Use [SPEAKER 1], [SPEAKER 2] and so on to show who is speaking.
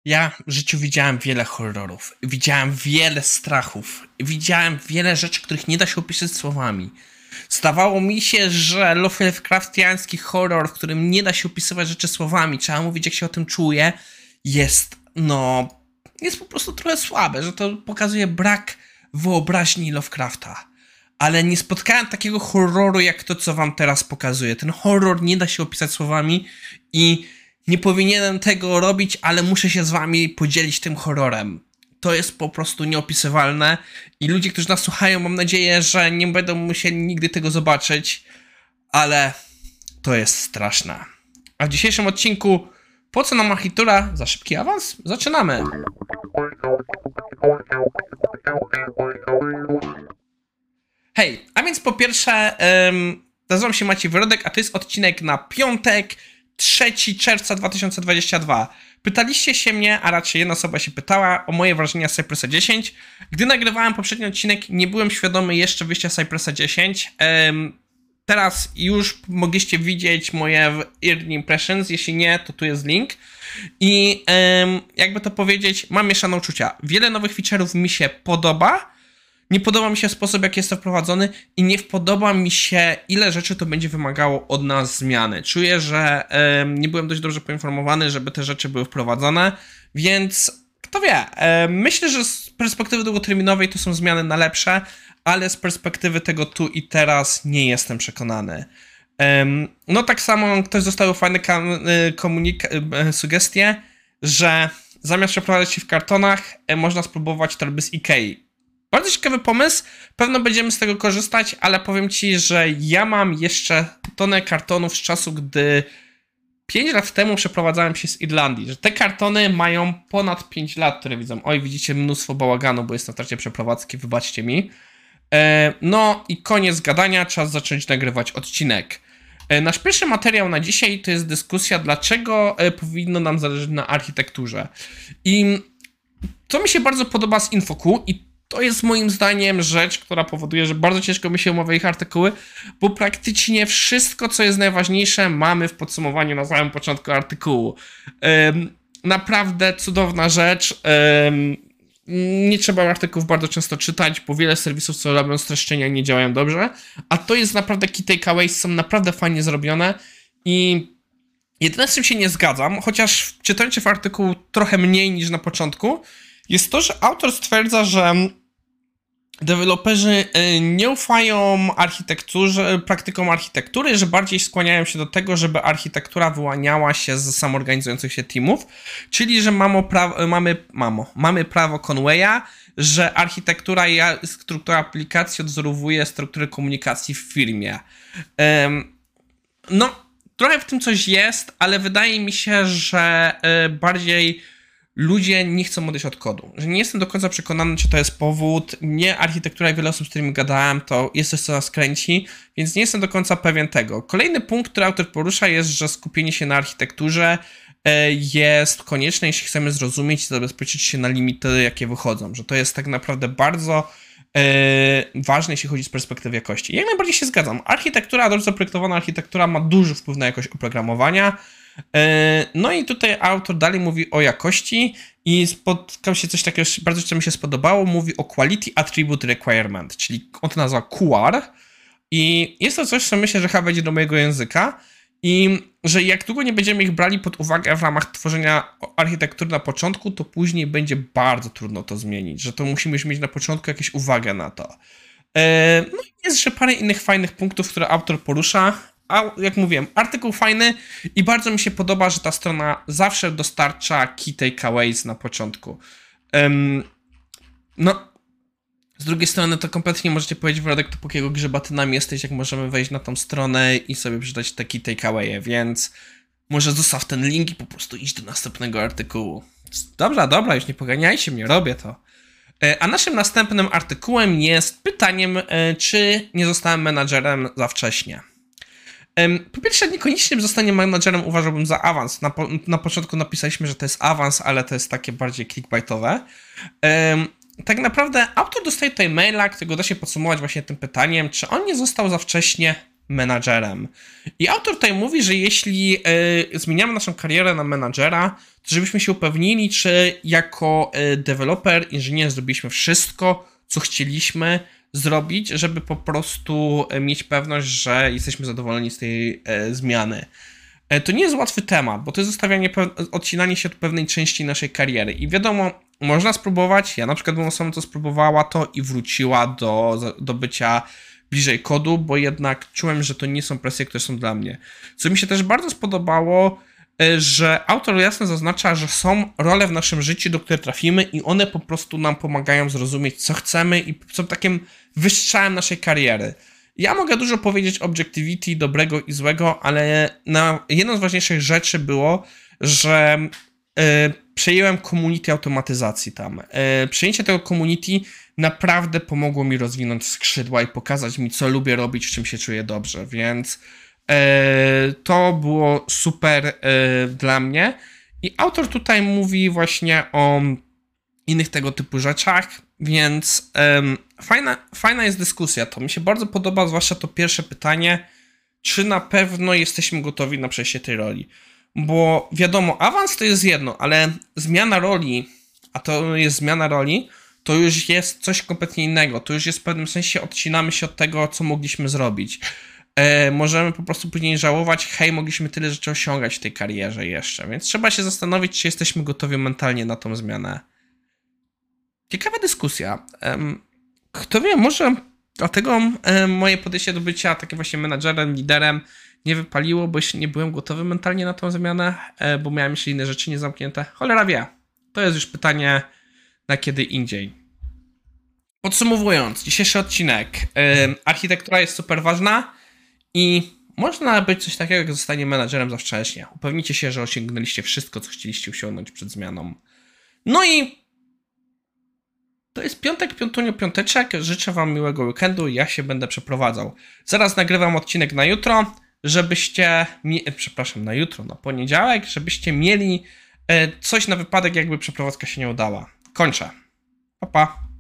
[SPEAKER 1] Ja w życiu widziałem wiele horrorów, widziałem wiele strachów, widziałem wiele rzeczy, których nie da się opisać słowami. Zdawało mi się, że Lovecraftiański horror, w którym nie da się opisywać rzeczy słowami, trzeba mówić jak się o tym czuje, jest, jest po prostu trochę słabe, że to pokazuje brak wyobraźni Lovecrafta. Ale nie spotkałem takiego horroru jak to, co wam teraz pokazuję. Ten horror nie da się opisać słowami i nie powinienem tego robić, ale muszę się z wami podzielić tym horrorem. To jest po prostu nieopisywalne i ludzie, którzy nas słuchają, mam nadzieję, że nie będą musieli nigdy tego zobaczyć, ale to jest straszne. A w dzisiejszym odcinku po co nam architektura? Za szybki awans? Zaczynamy! Hej, a więc po pierwsze, nazywam się Maciej Wyrodek, a to jest odcinek na piątek, 3 czerwca 2022. Pytaliście się mnie, a raczej jedna osoba się pytała o moje wrażenia z Cypressa 10. Gdy nagrywałem poprzedni odcinek, nie byłem świadomy jeszcze wyjścia Cypressa 10. Teraz już mogliście widzieć moje early impressions, jeśli nie, to tu jest link. I jakby to powiedzieć, mam mieszane uczucia. Wiele nowych feature'ów mi się podoba. Nie podoba mi się sposób, jaki jest to wprowadzony i nie podoba mi się, ile rzeczy to będzie wymagało od nas zmiany. Czuję, że nie byłem dość dobrze poinformowany, żeby te rzeczy były wprowadzone, więc kto wie. Myślę, że z perspektywy długoterminowej to są zmiany na lepsze, ale z perspektywy tego tu i teraz nie jestem przekonany. No tak samo ktoś zostawił fajne sugestie, że zamiast przeprowadzać się w kartonach, można spróbować torby z Ikei. Bardzo ciekawy pomysł, pewno będziemy z tego korzystać, ale powiem ci, że ja mam jeszcze tonę kartonów z czasu, gdy 5 lat temu przeprowadzałem się z Irlandii, że te kartony mają ponad 5 lat, które widzą. Oj, widzicie mnóstwo bałaganu, bo jestem w trakcie przeprowadzki, wybaczcie mi. No i koniec gadania, czas zacząć nagrywać odcinek. Nasz pierwszy materiał na dzisiaj to jest dyskusja, dlaczego powinno nam zależeć na architekturze. I to mi się bardzo podoba z InfoQ i to jest moim zdaniem rzecz, która powoduje, że bardzo ciężko mi się omawia ich artykuły, bo praktycznie wszystko, co jest najważniejsze, mamy w podsumowaniu na samym początku artykułu. Naprawdę cudowna rzecz. Nie trzeba artykułów bardzo często czytać, bo wiele serwisów, co robią streszczenia, nie działają dobrze, a to jest naprawdę key takeaways, są naprawdę fajnie zrobione i jedyne, z czym się nie zgadzam, chociaż czytając w artykuł trochę mniej niż na początku, jest to, że autor stwierdza, że deweloperzy nie ufają praktykom architektury, że bardziej skłaniają się do tego, żeby architektura wyłaniała się z samoorganizujących się teamów, czyli że mamy prawo Conwaya, że architektura i struktura aplikacji odwzorowuje strukturę komunikacji w firmie. Trochę w tym coś jest, ale wydaje mi się, że bardziej ludzie nie chcą odejść od kodu. Że nie jestem do końca przekonany, czy to jest powód. Mnie architektura i wiele osób, z którymi gadałem, to jest coś, co nas kręci, więc nie jestem do końca pewien tego. Kolejny punkt, który autor porusza, jest, że skupienie się na architekturze jest konieczne, jeśli chcemy zrozumieć i zabezpieczyć się na limity, jakie wychodzą. Że to jest tak naprawdę bardzo ważne, jeśli chodzi z perspektywy jakości. Jak najbardziej się zgadzam. Architektura, dobrze zaprojektowana architektura ma duży wpływ na jakość oprogramowania. No i tutaj autor dalej mówi o jakości i spotkał się coś takiego, bardzo co mi się spodobało, mówi o Quality Attribute Requirement, czyli on to nazywa QAR i jest to coś, co myślę, że chyba wejdzie do mojego języka i że jak długo nie będziemy ich brali pod uwagę w ramach tworzenia architektury na początku, to później będzie bardzo trudno to zmienić, że to musimy mieć na początku jakąś uwagę na to. No i jest jeszcze parę innych fajnych punktów, które autor porusza. A jak mówiłem, artykuł fajny i bardzo mi się podoba, że ta strona zawsze dostarcza key takeaways na początku. Z drugiej strony to kompletnie możecie powiedzieć, Wrodek, to po jakiego grzebatynami jesteś, jak możemy wejść na tą stronę i sobie przeczytać te key takeawaye, więc może zostaw ten link i po prostu idź do następnego artykułu. Dobra, już nie poganiajcie mnie, robię to. A naszym następnym artykułem jest pytaniem, czy nie zostałem menadżerem za wcześnie. Po pierwsze, niekoniecznie zostanie menadżerem uważałbym za awans. Na początku napisaliśmy, że to jest awans, ale to jest takie bardziej clickbaitowe. Tak naprawdę autor dostaje tutaj maila, którego da się podsumować właśnie tym pytaniem, czy on nie został za wcześnie menadżerem. I autor tutaj mówi, że jeśli zmieniamy naszą karierę na menadżera, to żebyśmy się upewnili, czy jako deweloper, inżynier zrobiliśmy wszystko, co chcieliśmy zrobić, żeby po prostu mieć pewność, że jesteśmy zadowoleni z tej zmiany. To nie jest łatwy temat, bo to jest odcinanie się od pewnej części naszej kariery. I wiadomo, można spróbować. Ja na przykład byłem osobą, co spróbowała to i wróciła do bycia bliżej kodu, bo jednak czułem, że to nie są presje, które są dla mnie. Co mi się też bardzo spodobało, że autor jasno zaznacza, że są role w naszym życiu, do których trafimy i one po prostu nam pomagają zrozumieć, co chcemy i są takim wystrzałem naszej kariery. Ja mogę dużo powiedzieć o objectivity, dobrego i złego, ale jedną z ważniejszych rzeczy było, że przejęłem community automatyzacji tam. Przejęcie tego community naprawdę pomogło mi rozwinąć skrzydła i pokazać mi, co lubię robić, w czym się czuję dobrze, więc to było super dla mnie. I autor tutaj mówi właśnie o innych tego typu rzeczach, więc fajna jest dyskusja. To mi się bardzo podoba, zwłaszcza to pierwsze pytanie, czy na pewno jesteśmy gotowi na przejście tej roli. Bo wiadomo, awans to jest jedno, ale zmiana roli, a to jest zmiana roli, to już jest coś kompletnie innego. To już jest w pewnym sensie odcinamy się od tego, co mogliśmy zrobić. Możemy po prostu później żałować, hej, mogliśmy tyle rzeczy osiągać w tej karierze jeszcze, więc trzeba się zastanowić, czy jesteśmy gotowi mentalnie na tą zmianę. Ciekawa dyskusja. Kto wie, może dlatego moje podejście do bycia takim właśnie menadżerem, liderem nie wypaliło, bo jeszcze nie byłem gotowy mentalnie na tą zmianę, bo miałem jeszcze inne rzeczy niezamknięte. Cholera wie. To jest już pytanie na kiedy indziej. Podsumowując, dzisiejszy odcinek. Architektura jest super ważna i można być coś takiego, jak zostanie menadżerem za wcześnie. Upewnijcie się, że osiągnęliście wszystko, co chcieliście osiągnąć przed zmianą. No i to jest piątek, piąteczek. Życzę wam miłego weekendu. Ja się będę przeprowadzał. Zaraz nagrywam odcinek na jutro, na poniedziałek, żebyście mieli coś na wypadek, jakby przeprowadzka się nie udała. Kończę. Pa, pa.